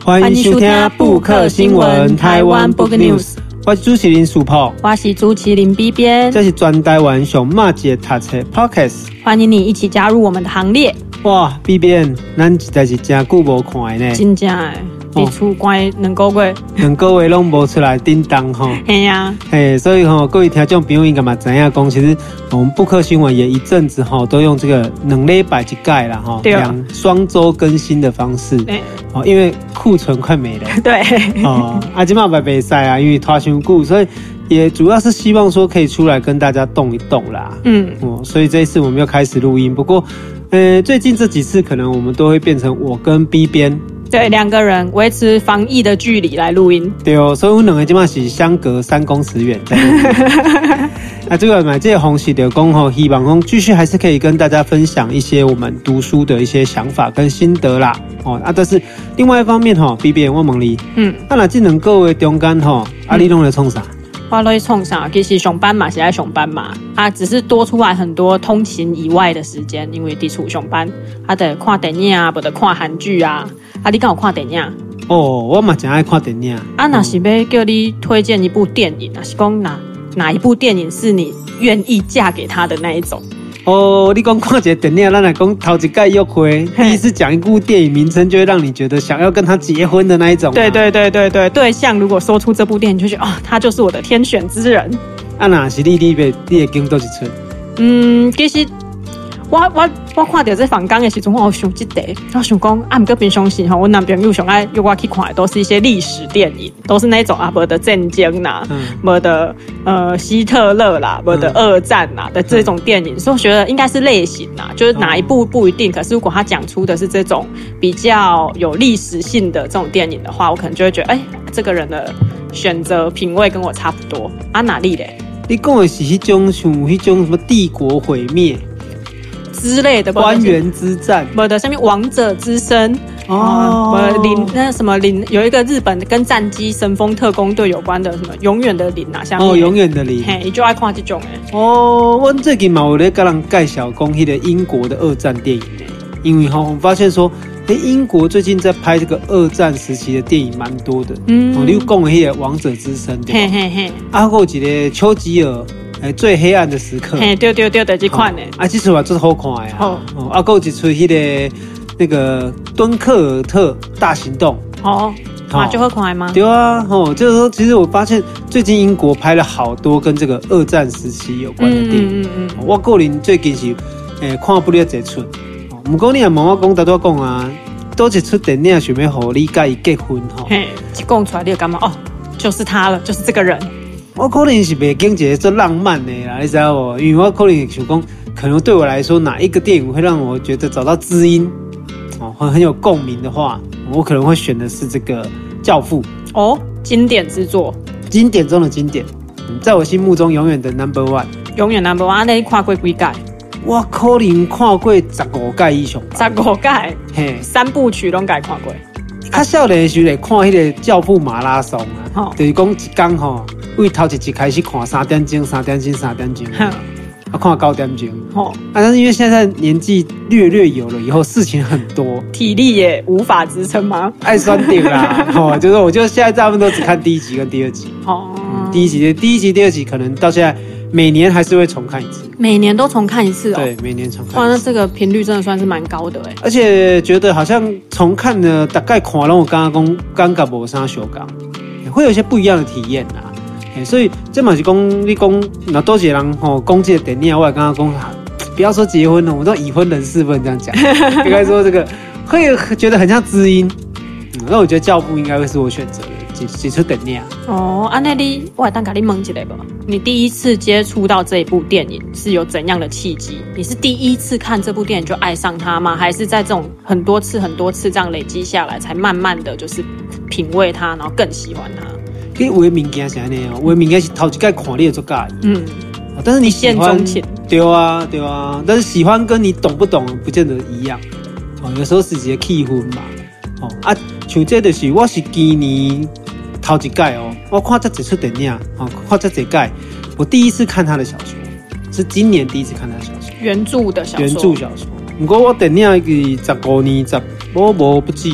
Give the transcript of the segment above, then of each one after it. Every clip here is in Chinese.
欢迎收听布克新闻台湾 Book News。我是主持人苏破， 我是主持人 B 边， 这是全台湾上马节读册 Podcast， 欢迎你一起加入我们的行列。 哇 ，B 边，咱实在是真久无看的呢， 真正的。你出关2个月 ，2个月拢无出来叮当吼。 嘿呀， 嘿，所以各位听众朋友应该嘛知影讲，其实我们布克新闻也一阵子都用这个2礼拜一改啦双周更新的方式。因为库存快没了。 对。 现在没赛啊，因为拖伤久，所以也主要是希望说可以出来跟大家动一动啦。所以这一次我们又开始录音，不过最近这几次可能我们都会变成我跟 B 边。 对，2个人维持防疫的距离来录音。 对哦，所以我们2个现在是相隔3公尺远在录音。这个买这个红喜的讲希望讲继续还是可以跟大家分享一些我们读书的一些想法跟心得啦。但是另外一方面，B 边我问你，那这2个月中间你拢在创啥？ 我在创啥？其实上班嘛是在上班嘛，只是多出来很多通勤以外的时间，因为在厝上班，得看电影啊，不得看韩剧啊。你敢有看电影？ 我嘛真爱看电影。 那是要叫你推荐一部电影，是讲哪一部电影是你愿意嫁给他的那一种？ 你讲看一个电影，咱来讲头一次约会，第一次讲一部电影名称，就会让你觉得想要跟他结婚的那一种。 对，对象如果说出这部电影，就觉得他就是我的天选之人。 哪是你会经多一出？ 其实我看到这访纲的时候，我想这个，我想讲不过平常时我男朋友上爱约我去看的都是一些历史电影，都是那种没的战争啦，没的希特勒啦，没的二战啦的这种电影，所以我觉得应该是类型啦，就是哪一部不一定，可是如果他讲出的是这种比较有历史性的这种电影的话，我可能就会觉得这个人的选择品味跟我差不多。哪里嘞？ 你讲的是那种什么帝国毁灭之类的， 官员之战， 没的，上面王者之声那什么林，有一个日本跟战机神风特工队有关的什么永远的林下面永远的林， 你就爱看这种我最近嘛有在跟人介绍讲那个英国的二战电影因为我发现说英国最近在拍这个二战时期的电影蛮多的，你有讲的那个王者之声，对吧？还有一个丘吉尔最黑暗的时刻， 对，这款的这出也真好看的还有一出那个敦刻尔特大行动就好看吗？ 对啊，就是说其实我发现最近英国拍了好多跟这个二战时期有关的电影，我个人最近是看不了这出，不过你也问我讲，大多讲多一出电影想要和你跟他结婚一讲出来你就感觉就是他了，就是这个人。 我可能是袂经一个做浪漫的啦，你知道不？因为我可能想讲，可能对我来说，哪一个电影会让我觉得找到知音，很有共鸣的话，我可能会选的是这个《教父》 经典之作， 经典中的经典，在我心目中永远的 No.1， 永远 No.1。你看过几届？ 我可能看过15届以上吧。 15届，3部曲拢该看过。 较少年的时候来看那个《教父》马拉松就是讲一天为头一集开始看3点钟，看到9点钟。但是因为现在年纪略有了以后，事情很多， 体力也无法支撑吗？ 爱酸顶啦。就是我就现在大部分都只看第1集跟第2集。第一集、第2集可能到现在每年还是会重看一次。 每年都重看一次对，每年重看一次。哇， 那这个频率真的算是蛮高的而且觉得好像重看呢，大概看了我刚刚感觉没啥相同，会有一些不一样的体验啦。所以这嘛是讲你讲那多些人讲这个电影，我也刚刚讲不要说结婚了，我们都已婚人士不能这样讲，应该说这个会觉得很像知音。那我觉得《教父》应该会是我选择的几出电影。 那你我当给你问一下吧，你第一次接触到这一部电影是有怎样的契机？你是第一次看这部电影就爱上它吗？还是在这种很多次这样累积下来，才慢慢的就是品味它，然后更喜欢它？ 有的物件是这样有的物件是头一次看你就很喜欢，但是你喜欢， 一见钟情， 对啊，但是喜欢跟你懂不懂不见得一样，有时候是一个气氛嘛，像这就是我是今年头一届我看这几出电影，看这几届，我第一次看他的小说，是今年第一次看他的小说， 原著的小说， 原著小说。不过我电影是15年，我不止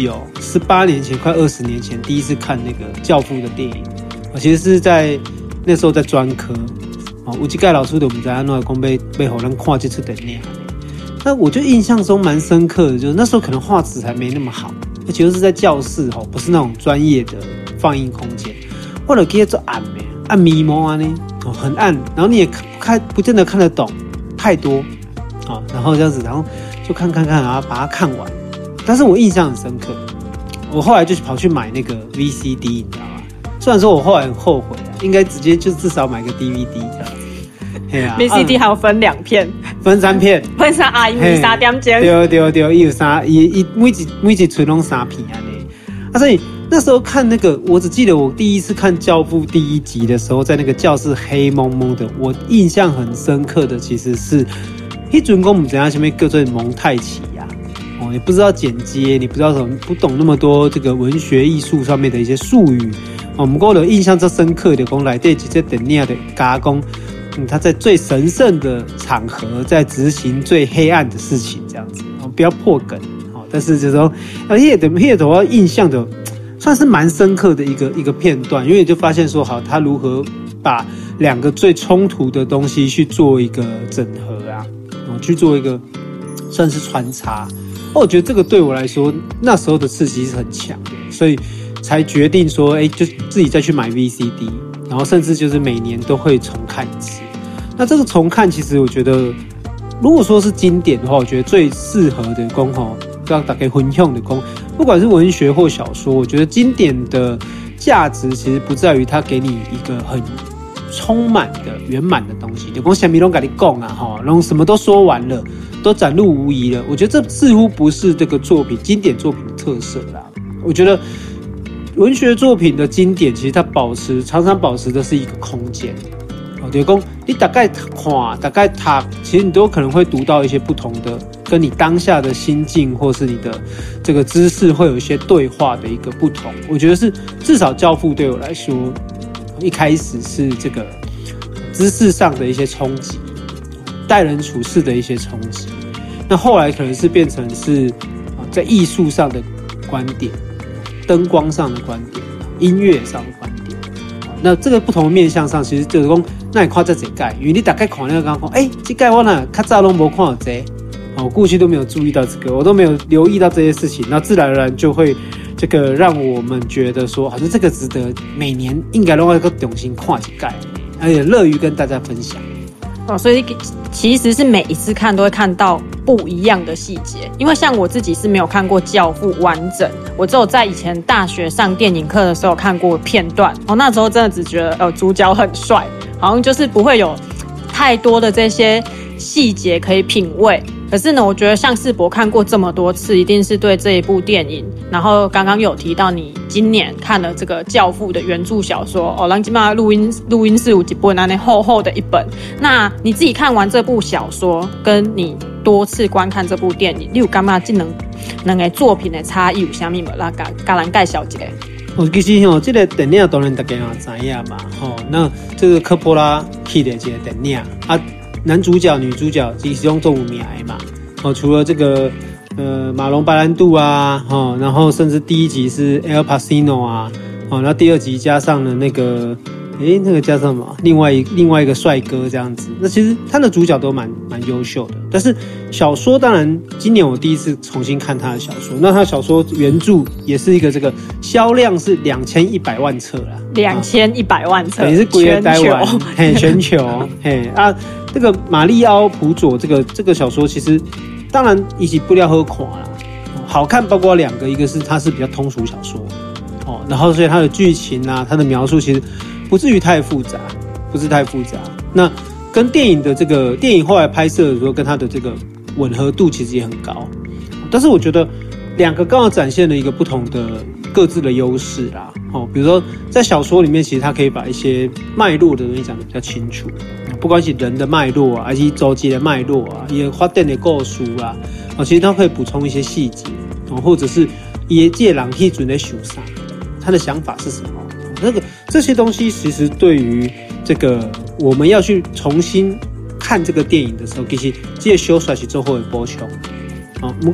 18年前，快20年前第一次看那个《教父》的电影，我其实是在那时候在专科，有一届老师就不知道怎样讲被给人看这出电影。那我就印象中蛮深刻的，就是那时候可能画质还没那么好，而且又是在教室不是那种专业的放映空间，或者给它做暗的，暗迷蒙啊呢，很暗，然后你也不见得看得懂太多，然后这样子，然后就看，然后把它看完。但是我印象很深刻，我后来就跑去买那个 VCD， 你知道吗？虽然说我后来很后悔应该直接就至少买个 DVD 这样子。 VCD 还有分2片， 分3片， 分3因为3点钟。 对，有3，每一出拢3片啊。所以那时候看那个，我只记得我第一次看《教父》第1集的时候，在那个教室黑蒙蒙的，我印象很深刻的其实是，那阵我不知道什么叫做蒙太奇呀，你不知道剪接，你不知道什么，不懂那么多这个文学艺术上面的一些术语。我们我的印象最深刻的，讲来这几只电影的加工。他在最神圣的场合，在执行最黑暗的事情，这样子，不要破梗，但是就是说，我印象的算是蛮深刻的一个片段，因为你就发现说，好，他如何把2个最冲突的东西去做一个整合啊，去做一个算是穿插。我觉得这个对我来说，那时候的刺激是很强的，所以才决定说，就自己再去买 VCD。然后甚至就是每年都会重看一次。那这个重看，其实我觉得，如果说是经典的话，我觉得最适合的讲让大家分享的讲，不管是文学或小说，我觉得经典的价值其实不在于它给你一个很充满的圆满的东西，就讲什么都跟你讲啊，然后什么都说完了，都展露无遗了。我觉得这似乎不是这个作品经典作品的特色啦。我觉得。文学作品的经典，其实它常常保持的是一个空间。就是说你大概看，大概读，其实你都可能会读到一些不同的，跟你当下的心境或是你的这个知识会有一些对话的一个不同。我觉得是至少《教父》对我来说，一开始是这个知识上的一些冲击，待人处事的一些冲击。那后来可能是变成是在艺术上的观点。灯光上的观点，音乐上的观点，那这个不同的面向上，其实就是说，那你看这几届，因为你大概看那个刚讲，这届我呢，较早都没看到这，我过去都没有注意到这个，我都没有留意到这些事情，那自然而然就会这个让我们觉得说，好像这个值得每年应该都要用心看一届，而且乐于跟大家分享。 所以其实是每一次看都会看到不一样的细节，因为像我自己是没有看过《教父》完整，我只有在以前大学上电影课的时候看过片段。那时候真的只觉得主角很帅，好像就是不会有太多的这些细节可以品味。可是呢，我觉得像世博看过这么多次，一定是对这一部电影。然后刚刚有提到你今年看了这个《教父》的原著小说咱今嘛录音室有一本那厚厚的一本。那你自己看完这部小说，跟你多次观看这部电影，你有感觉这两个作品的差异有啥咪无？来跟人介绍一下。 其实这个电影当然大家也知道嘛，那这个科波拉拍的这个电影啊。男主角、女主角其实用动物名嘛，除了这个马龙白兰度啊，然后甚至第1集是 Al Pacino 啊，然后第2集加上了那个那个叫什么？另外一个帅哥这样子。那其实他的主角都蛮优秀的，但是小说当然今年我第一次重新看他的小说，那他小说原著也是一个这个销量是2100万册啦，2100万册， 也是归台湾全球这个马利奥普佐这个小说其实当然一起不料好看啦，好看包括2个，一个是它是比较通俗小说然后所以它的剧情啊，它的描述其实不至于太复杂，那跟电影的这个电影后来拍摄的时候，跟它的这个吻合度其实也很高。但是我觉得2个刚好展现了一个不同的各自的优势啦。比如说在小说里面，其实它可以把一些脉络的东西讲得比较清楚，不管是人的脉络啊，还是周期的脉络啊，也发展的故事啊，其实它可以补充一些细节，或者是业界人去准备想啥，他的想法是什么？这些东西其实对于这个我们要去重新看这个电影的时候，其实这些修出来是最后的补充。不过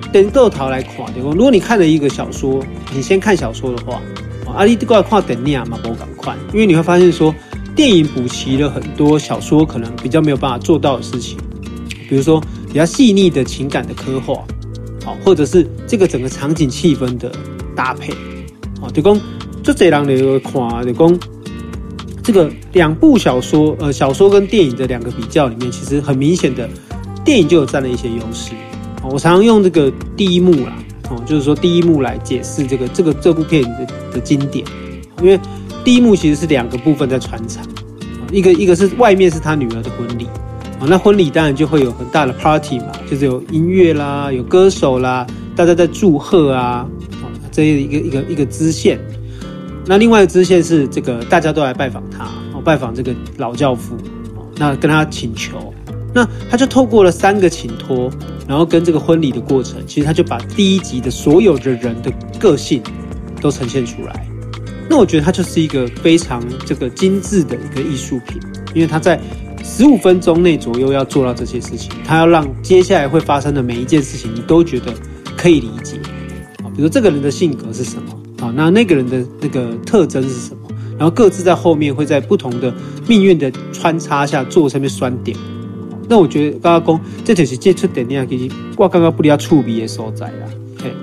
等到头来看，对不？如果你看了一个小说，你先看小说的话，你过来看电影嘛，不赶快，因为你会发现说，电影补齐了很多小说可能比较没有办法做到的事情，比如说比较细腻的情感的刻画，或者是这个整个场景气氛的搭配，就讲就这人就看，就讲这个两部小说，小说跟电影的两个比较里面，其实很明显的，电影就有占了一些优势。我常常用这个第一幕啦，就是说第一幕来解释这部片的经典，因为第一幕其实是两个部分在穿插，一个是外面是他女儿的婚礼，那婚礼当然就会有很大的 party 嘛，就是有音乐啦，有歌手啦，大家在祝贺啊，这一个支线。那另外一个支线是这个大家都来拜访他，拜访这个老教父，那跟他请求，那他就透过了3个请托，然后跟这个婚礼的过程，其实他就把第一集的所有的人的个性都呈现出来。那我觉得它就是一个非常这个精致的一个艺术品，因为他在15分钟内左右要做到这些事情，他要让接下来会发生的每一件事情你都觉得可以理解，比如说这个人的性格是什么，那个人的那个特征是什么，然后各自在后面会在不同的命运的穿插下做上面酸点。那我觉得刚刚讲这就是这出电影其实我刚刚不离趣味的所在啦。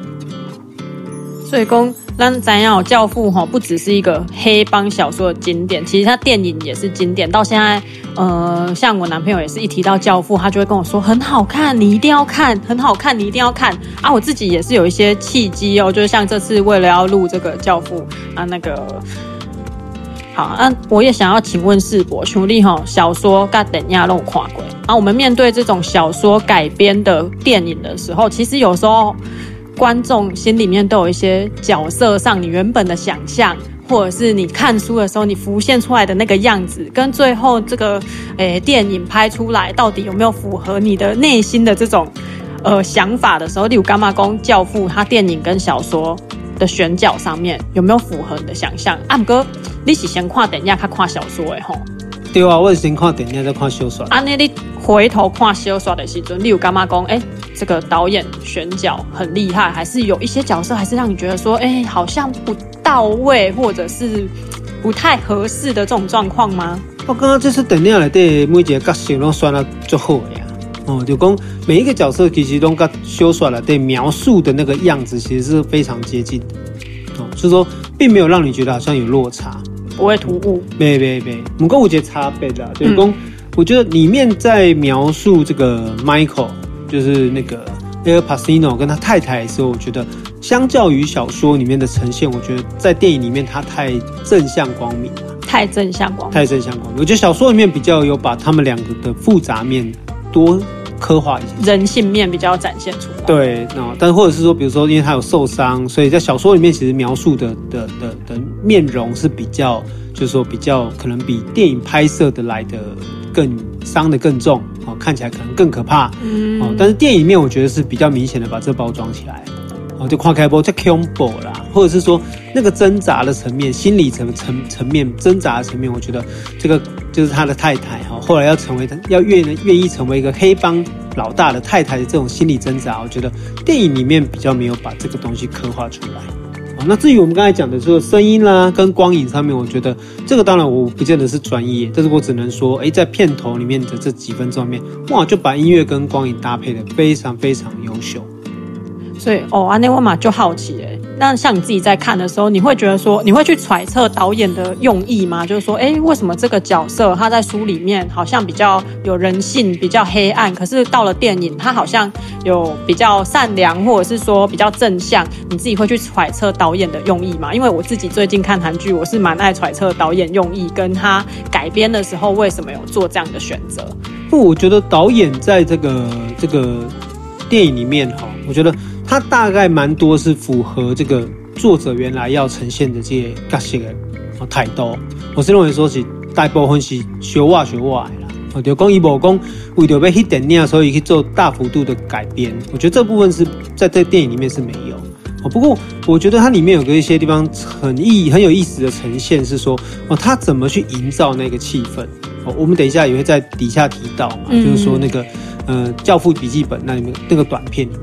所以讲咱知道教父不只是一个黑帮小说的经典，其实他电影也是经典。到现在像我男朋友也是一提到教父，他就会跟我说很好看，你一定要看，很好看，你一定要看啊！我自己也是有一些契机哦，就是像这次为了要录这个教父啊，那个好，我也想要请问世博，像你小说跟电影都有看过，我们面对这种小说改编的电影的时候，其实有时候观众心里面都有一些角色上你原本的想象，或者是你看书的时候你浮现出来的那个样子，跟最后这个电影拍出来到底有没有符合你的内心的这种想法的时候，例如干妈公教父他电影跟小说的选角上面有没有符合你的想象？不过你是先看电影还看小说的吼？ 对啊，我是先看电影再看小说。 那你回头看小说的时候，例如干妈讲，这个导演选角很厉害，还是有一些角色还是让你觉得说，好像不到位，或者是不太合适的这种状况吗？ 我刚刚这次电影里底每一个角色都选得最好的呀，就讲每一个角色其实都跟小说里底描述的那个样子其实是非常接近的，就是说并没有让你觉得好像有落差。 不会突兀， 没，不过有一个差别啦，就是说，我觉得里面在描述这个 Michael， 就是那个 Al Pacino 跟他太太的时候，我觉得相较于小说里面的呈现，我觉得在电影里面他太正向光明了，太正向光明。我觉得小说里面比较有把他们两个的复杂面多刻画一些，人性面比较展现出来。对，但或者是说，比如说，因为他有受伤，所以在小说里面其实描述的面容是比较，就是说比较可能比电影拍摄的来的更伤得更重，看起来可能更可怕。但是电影里面我觉得是比较明显的把这包装起来。就看起来比较恐怖啦，或者是说那个挣扎的层面、心理层面挣扎的层面，我觉得这个就是他的太太后来要愿意成为一个黑帮老大的太太的这种心理挣扎，我觉得电影里面比较没有把这个东西刻画出来。那至于我们刚才讲的这个声音啦跟光影上面，我觉得这个当然我不见得是专业，但是我只能说在片头里面的这几分钟里面，哇，就把音乐跟光影搭配的非常非常优秀。所以那我嘛就好奇那像你自己在看的时候，你会觉得说，你会去揣测导演的用意吗？就是说，为什么这个角色他在书里面好像比较有人性，比较黑暗，可是到了电影他好像有比较善良，或者是说比较正向？你自己会去揣测导演的用意吗？因为我自己最近看韩剧，我是蛮爱揣测导演用意，跟他改编的时候为什么有做这样的选择。我觉得导演在这个电影里面我觉得他大概蛮多是符合这个作者原来要呈现的这些角色的态度。我是认为说是大部分是学我的啦，就讲他没说为了要那电影所以去做大幅度的改编，我觉得这部分是在这电影里面是没有。不过我觉得它里面有个一些地方很有意思的呈现是说他怎么去营造那个气氛。我们等一下也会在底下提到嘛，就是说那个教父笔记本那里面那个短片里面，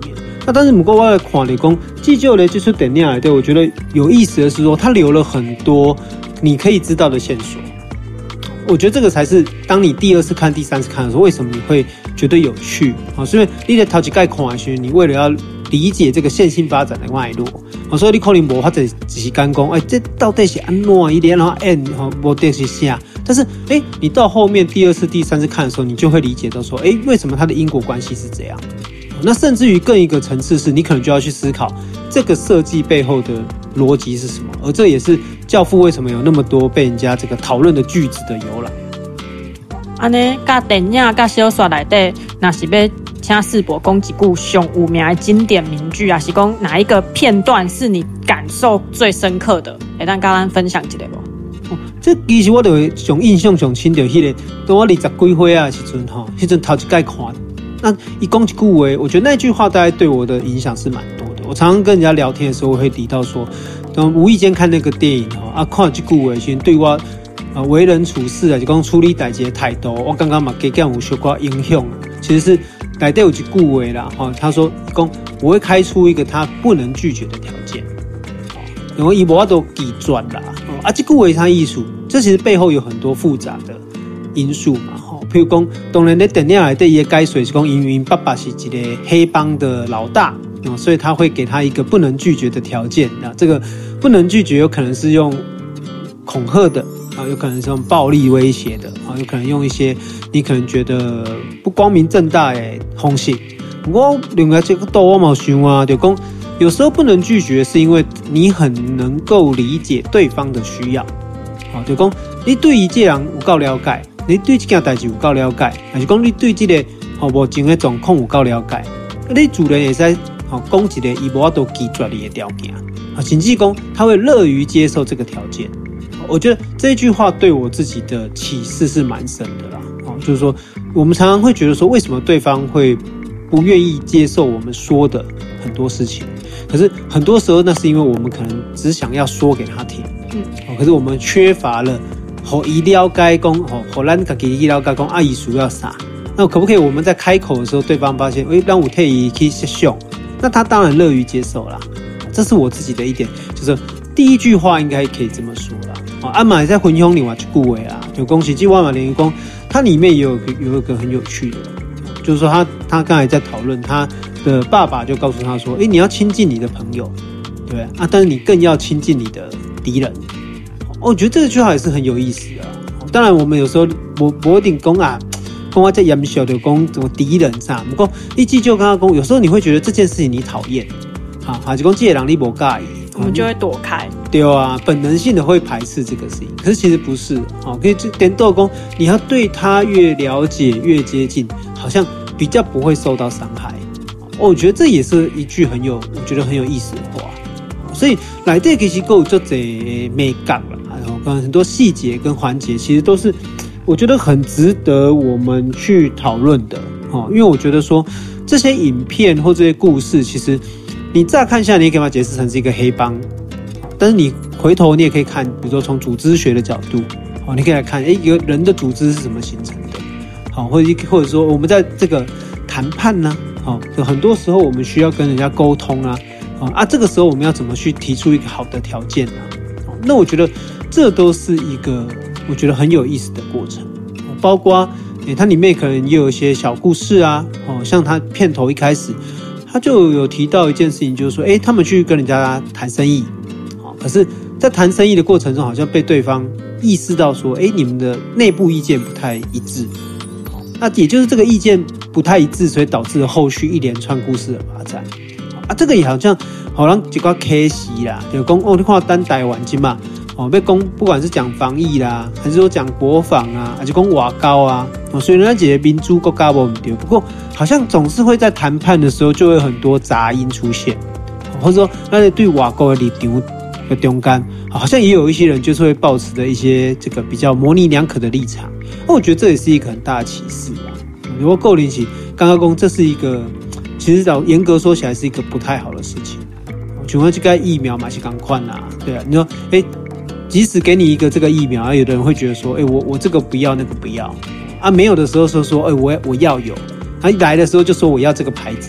那但是不过我来看的讲，既就的这出电影来对，我觉得有意思的是说，它留了很多你可以知道的线索。我觉得这个才是当你第二次看、第三次看的时候，为什么你会觉得有趣啊？所以你在头一盖看的时候，你为了要理解这个线性发展的脉络，所以你可能无法只是干讲，这到底是安怎一点，然后 n 无底是啥？但是你到后面第二次、第三次看的时候，你就会理解到说，为什么它的因果关系是这样？那甚至于更一个层次是，你可能就要去思考这个设计背后的逻辑是什么，而这也是《教父》为什么有那么多被人家这个讨论的句子的由来。 安尼，甲电影、甲小说内底，若是要请世博讲一句上有名的经典名句，还是讲哪一个片段是你感受最深刻的？会当跟咱分享一下无？ 这其实我就上印象上深的迄个，当我20几岁啊时阵吼，迄阵头一届看。那一讲一句话，我觉得那句话大概对我的影响是蛮多的。我常常跟人家聊天的时候，我会提到说，无意间看那个电影看这句话，其实对我为人处事啊，就讲处理代志的态度，我刚刚嘛给有小可影响。其实是内底有一句话啦，他说讲我会开出一个他不能拒绝的条件，然后伊无法度拒绝啦。这句话它意思，这其实背后有很多复杂的因素嘛。譬如讲，当然在电影内底伊的解说是讲，因为爸爸是一个黑帮的老大，所以他会给他一个不能拒绝的条件。这个不能拒绝，有可能是用恐吓的有可能是用暴力威胁的有可能用一些你可能觉得不光明正大的方式。不过另外这个都我冇想啊，就讲有时候不能拒绝，是因为你很能够理解对方的需要。就讲你对于这人有够了解。你对这件代志有够了解，还是讲你对这个目前的状况有够了解？你自然会使讲一个伊无法度拒绝你的条件，甚至讲他会乐于接受这个条件。我觉得这句话对我自己的启示是蛮深的啦。就是说，我们常常会觉得说，为什么对方会不愿意接受我们说的很多事情？可是很多时候，那是因为我们可能只想要说给他听，可是我们缺乏了。互伊了解讲，互咱自己了解讲，伊需要啥？那可不可以我们在开口的时候，对方发现，让我替伊去设想，那他当然乐于接受啦。这是我自己的一点，就是第一句话应该可以这么说啦。阿玛在分享另外一句话啦，就恭喜今晚马连公，它里面也有一个很有趣的，就是说他刚才在讨论他的爸爸就告诉他说，你要亲近你的朋友，对不对啊？但是你更要亲近你的敌人。我觉得这句话也是很有意思的。当然，我们有时候不一定讲啊，讲我在严肃的讲什么敌人啥。不过一记就跟他讲，有时候你会觉得这件事情你讨厌，还是讲这个人你不介意， 我们就会躲开。 对啊，本能性的会排斥这个事情。可是其实不是，可以点到讲，你要对他越了解越接近，好像比较不会受到伤害。我觉得这也是一句我觉得很有意思的话。所以内底其实还有很多美感啦，然后很多细节跟环节，其实都是我觉得很值得我们去讨论的。因为我觉得说这些影片或这些故事，其实你乍看下，你也可以把它解释成是一个黑帮，但是你回头你也可以看，比如说从组织学的角度，你可以来看，一个人的组织是怎么形成的，或者说我们在这个谈判呢，有很多时候我们需要跟人家沟通这个时候我们要怎么去提出一个好的条件呢？那我觉得这都是一个我觉得很有意思的过程，包括它里面可能也有一些小故事啊，像它片头一开始他就有提到一件事情，就是说他们去跟人家谈生意，可是在谈生意的过程中好像被对方意识到说你们的内部意见不太一致，那也就是这个意见不太一致，所以导致了后续一连串故事的发展。这个也好像好像一个可惜啦，就讲你看单台湾今嘛，要讲不管是讲防疫啦，还是说讲国防啊，还是讲外交啊，虽然这个民主国家不对，不过好像总是会在谈判的时候就会有很多杂音出现，或者说那对外交的立场的中间，好像也有一些人就是会抱持着一些这个比较模棱两可的立场。我觉得这也是一个很大的启示啊。如果够灵起，刚刚讲这是一个。其实严格说起来是一个不太好的事情。请问这个疫苗嘛是赶快啦，对啊，你说即使给你一个这个疫苗，有的人会觉得说，我这个不要那个不要没有的时候说我要有，来的时候就说我要这个牌子，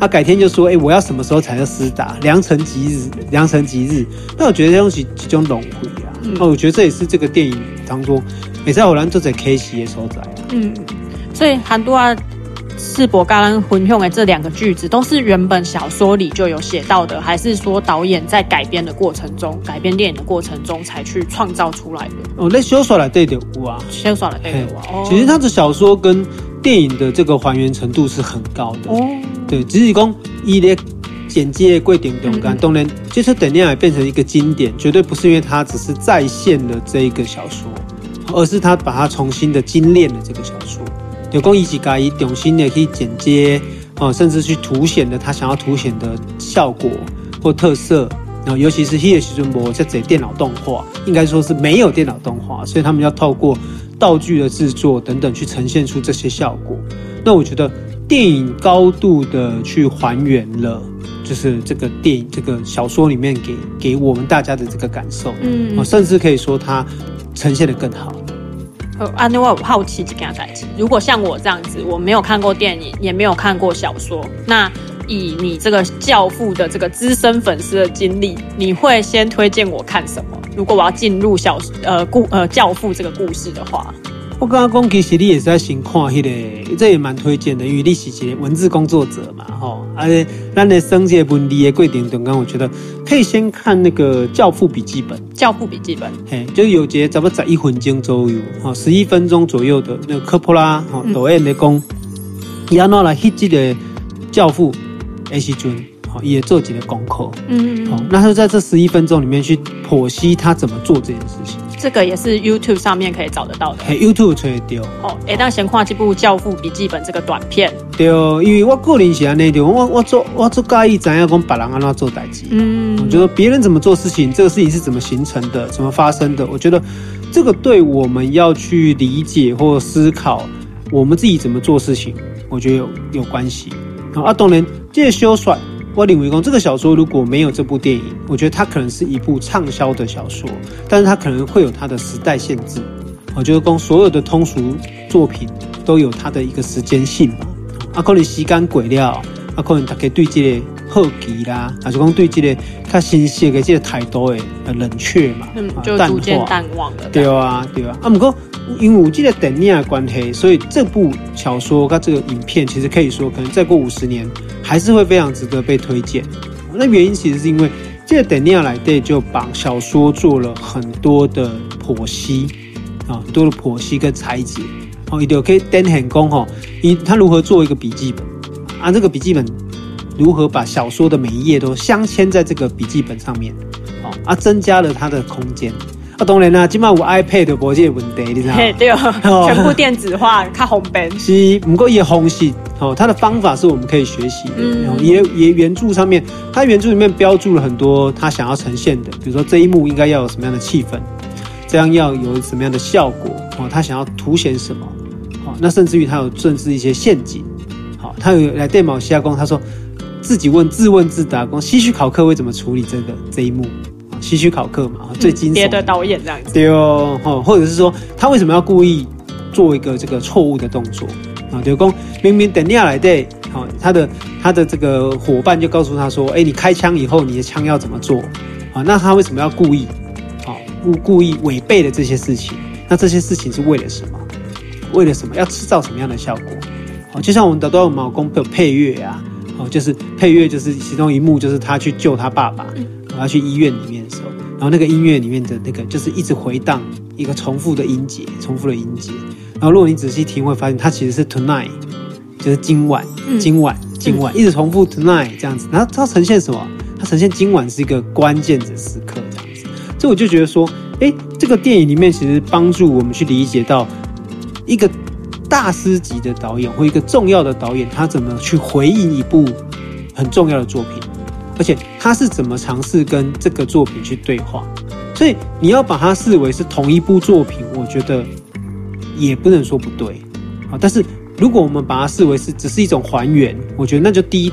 改天就说，我要什么时候才要施打，良辰吉日。那我觉得这东西一种轮回啊。我觉得这也是这个电影当中，也在荷兰做在 K 的所在啊。 所以很多世博刚刚分享的这2个句子，都是原本小说里就有写到的，还是说导演在改编的过程中，改编电影的过程中才去创造出来的？ 那小说来对的有啊， 小说来对的有。 其实他的小说跟电影的这个还原程度是很高的。对，只是说伊的剪接过程中间，当然这出电影也变成一个经典，绝对不是因为它只是再现了这一个小说，而是他把它重新的精炼了这个小说。就说他是把它重新的去剪接，甚至去凸显了他想要凸显的效果或特色。然后尤其是那个时候没有这些电脑动画，应该说是没有电脑动画，所以他们要透过道具的制作等等去呈现出这些效果。那我觉得电影高度的去还原了，就是这个电影这个小说里面给我们大家的这个感受，甚至可以说它呈现得更好。 那我好奇一件事情，如果像我这样子，我没有看过电影，也没有看过小说，那以你这个教父的这个资深粉丝的经历，你会先推荐我看什么？如果我要进入教父这个故事的话， 我刚刚讲，其实你也是在先看那个，这也蛮推荐的，因为你是一个文字工作者嘛，而且咱的生这个文字的过程中间，我觉得可以先看那个《教父笔记本》。 教父笔记本， 就是有节差不多11分钟左右，11分钟左右的那个科波拉导演的讲，伊安怎来翕这个教父的时阵，也做几个功课，那他就在这11分钟里面去剖析他怎么做这件事情。 这个也是 YouTube 上面可以找得到的。 YouTube 找得到。 当先看这部《教父笔记本》这个短片。 对，因为我个人是这样，我做介意知道说别人怎么做事情。我觉得别人怎么做事情，这个事情是怎么形成的，怎么发生的。我觉得这个对我们要去理解或思考我们自己怎么做事情，我觉得有关系。当然，这个小说我认为这个小说如果没有这部电影，我觉得它可能是一部畅销的小说，但是它可能会有它的时代限制。我觉得所有的通俗作品都有它的一个时间性嘛。可能时间过了，可能大家对这个好奇啦，还是讲对这个较新鲜的这个态度的冷却嘛， 就逐渐淡忘了。 对啊。不过因为有这个电影的关系，所以这部小说跟这个影片其实可以说，可能再过50年还是会非常值得被推荐。那原因其实是因为这个电影来对就把小说做了很多的剖析多的剖析跟拆解，也就可以展现说他如何做一个笔记本这个笔记本如何把小说的每一页都镶嵌在这个笔记本上面增加了它的空间。当然啦，现在有 iPad 就没这个问题，你知道吗？ 对，全部电子化，较方便。 是，不过也方式它的方法是我们可以学习的。也原著上面，它原著里面标注了很多他想要呈现的，比如说这一幕应该要有什么样的气氛，这样要有什么样的效果他想要凸显什么那甚至于他有设置一些陷阱他有来电脑下工，他说自问自答，说希区考克会怎么处理这一幕。希区考克嘛，最惊悚别的导演这样子。 对或者是说他为什么要故意做一个这个错误的动作就是说明明等下来的他的这个伙伴就告诉他说，你开枪以后你的枪要怎么做那他为什么要故意违背了这些事情？那这些事情是为了什么？为了什么？要制造什么样的效果？就像我们的都有毛公配乐啊，就是配乐就是其中一幕，就是他去救他爸爸。要去医院里面的时候，然后那个音乐里面的那个就是一直回荡一个重复的音节，然后如果你仔细听会发现它其实是 tonight， 就是今晚一直重复 tonight 这样子，然后它呈现什么？它呈现今晚是一个关键的时刻这样子。所以我就觉得说这个电影里面其实帮助我们去理解到一个大师级的导演或一个重要的导演他怎么去回应一部很重要的作品，而且他是怎么尝试跟这个作品去对话。所以你要把它视为是同一部作品，我觉得也不能说不对但是如果我们把它视为是只是一种还原，我觉得那就低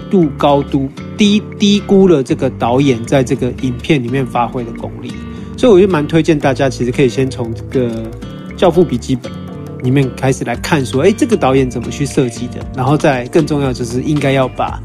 估了这个导演在这个影片里面发挥的功力。所以我就蛮推荐大家其实可以先从这个教父笔记本里面开始来看说这个导演怎么去设计的，然后再更重要就是应该要把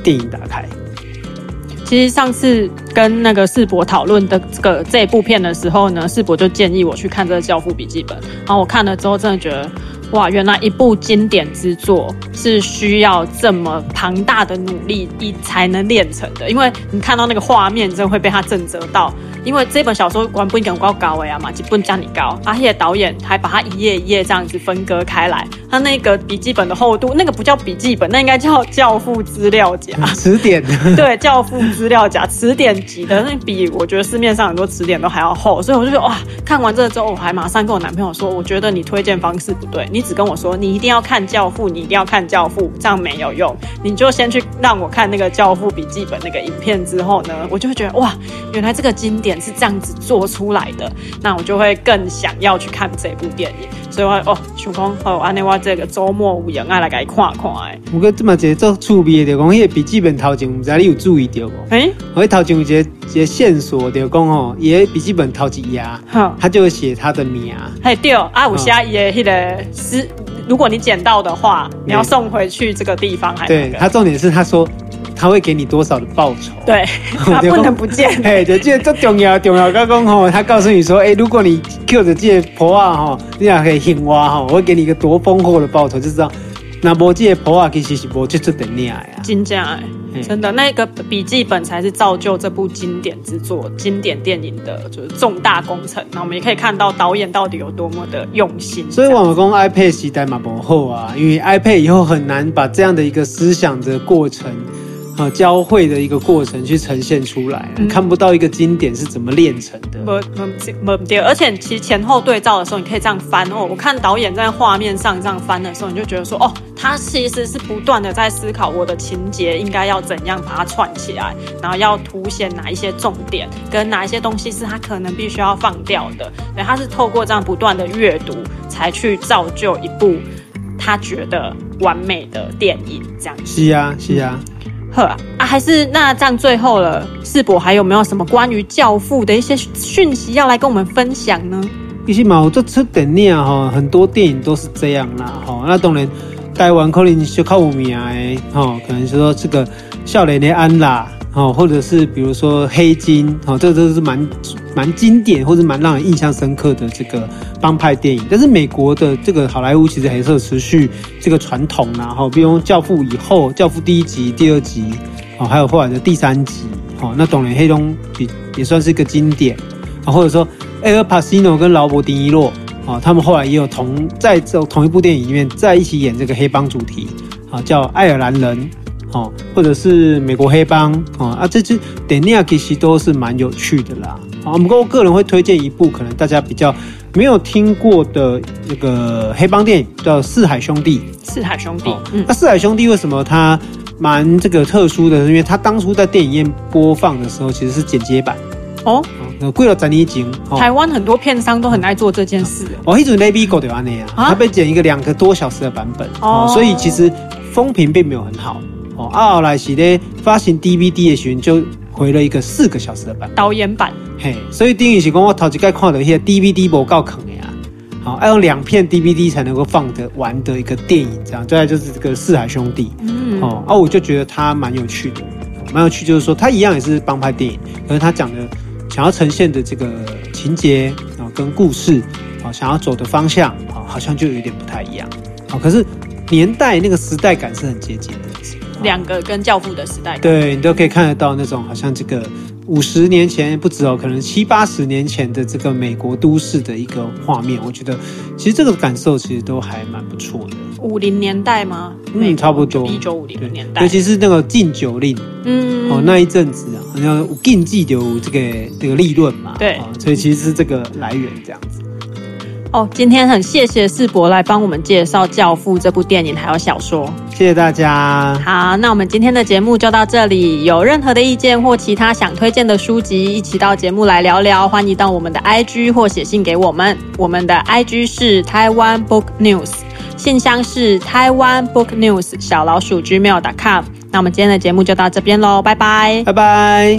电影打开。 其实上次跟那个世博讨论的这部片的时候呢，世博就建议我去看这个《教父笔记本》，然后我看了之后真的觉得，哇，原来一部经典之作是需要这么庞大的努力才能练成的，因为你看到那个画面，真的会被它震慑到。因为这本小说原本有够高的嘛，基本这样你高，而且导演还把它一页一页这样子分割开来，它那个笔记本的厚度，那个不叫笔记本，那应该叫教父资料夹， 词典。 对，教父资料夹，词典级的，那比我觉得市面上很多词典都还要厚，所以我就觉得哇，看完这个之后，我还马上跟我男朋友说，我觉得你推荐方式不对，你只跟我说你一定要看教父，你一定要看教父，这样没有用，你就先去让我看那个教父笔记本那个影片之后呢，我就会觉得哇，原来这个经典是这样子做出来的，那我就会更想要去看这部电影，所以我想说安尼我这个周末有闲来给看看的。 不过这么一个做趣味的，就讲迄个笔记本头前，不知道你有注意到无？我头前有一个线索，就讲哦，伊的笔记本头一页，他就会写他的名。 对啊，有写伊的迄个是，如果你捡到的话，你要送回去这个地方，还对他重点是他说。他会给你多少的报酬？ 对，他不能不见。 哎，就这最重要，重要到讲吼，他告诉你说，如果你 Q 着这个婆啊吼，你也可以兴挖吼，我会给你一个多丰厚的报酬，就知道那无这个婆啊其实是无这出的念呀。 真正哎，真的那个笔记本才是造就这部经典之作、经典电影的就是重大工程。那我们也可以看到导演到底有多么的用心。 所以我们讲 iPad 时代嘛不好啊，因为 iPad 以后很难把这样的一个思想的过程。交汇的一个过程去呈现出来，看不到一个经典是怎么炼成的。 不对，而且其实前后对照的时候，你可以这样翻哦。我看导演在画面上这样翻的时候，你就觉得说，哦，他其实是不断的在思考我的情节应该要怎样把它串起来，然后要凸显哪一些重点，跟哪一些东西是他可能必须要放掉的。对，他是透过这样不断的阅读，才去造就一部他觉得完美的电影。这样是啊，是啊。 还是那这样最后了，世博还有没有什么关于教父的一些讯息要来跟我们分享呢？ 其实嘛，这出电影哈，很多电影都是这样啦。那当然，台湾可能就较有名的可能说这个少年的安啦，或者是比如说黑金，这都是蛮经典或者蛮让人印象深刻的这个帮派电影。但是美国的这个好莱坞其实还是有持续这个传统啦，比如教父以后，教父第1集、第2集，还有后来的第3集，那当然黑龙也算是一个经典，或者说埃尔帕西诺跟劳勃迪尼洛，他们后来也有在同一部电影里面在一起演这个黑帮主题，叫爱尔兰人。或者是美国黑帮这支电影其实都是蛮有趣的啦。不过我个人会推荐一部可能大家比较没有听过的那个黑帮电影，叫《四海兄弟》。 四海兄弟， 那《四海兄弟》为什么它蛮这个特殊的？因为它当初在电影院播放的时候其实是剪接版。过了10年前， 台湾很多片商都很爱做这件事。 那时候在美国就这样它被剪一个2个多小时的版本，所以其实风评并没有很好。后来是咧发行 DVD 的时候就回了一个4个小时的版本， 导演版。 所以等于是讲我头一次看到那些 DVD 不够坑的要用2片 DVD 才能够放得完的一个电影，这样。再来就是这个《四海兄弟》，我就觉得它蛮有趣的，蛮有趣，就是说它一样也是帮派电影，可是它讲的想要呈现的这个情节跟故事想要走的方向好像就有点不太一样。可是年代那个时代感是很接近的。 2个跟教父的时代感， 对，你都可以看得到那种好像这个50年前不止可能70、80年前的这个美国都市的一个画面，我觉得其实这个感受其实都还蛮不错的。 50年代吗？ 差不多 1950年代， 尤其是那个禁酒令，那一阵子好像禁忌有这个利润嘛， 对， 所以其实是这个来源这样子。 今天很谢谢世博来帮我们介绍《教父》这部电影还有小说， 谢谢大家。 好，那我们今天的节目就到这里，有任何的意见或其他想推荐的书籍，一起到节目来聊聊，欢迎到我们的 IG 或写信给我们，我们的 IG 是台湾 Book News， 信箱是台湾 Book News @gmail.com。 那我们今天的节目就到这边咯，拜拜， 拜拜。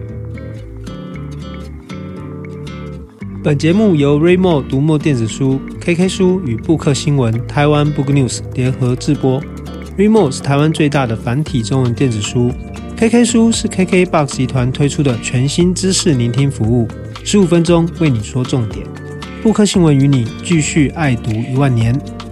本节目由 Readmoo 读墨电子书、KK 书与布克新闻台湾 Book News 联合制播。 Readmoo 是台湾最大的繁体中文电子书。KK 书是 KKBOX 集团推出的全新知识聆听服务，15分钟为你说重点。布克新闻与你继续爱读10000年。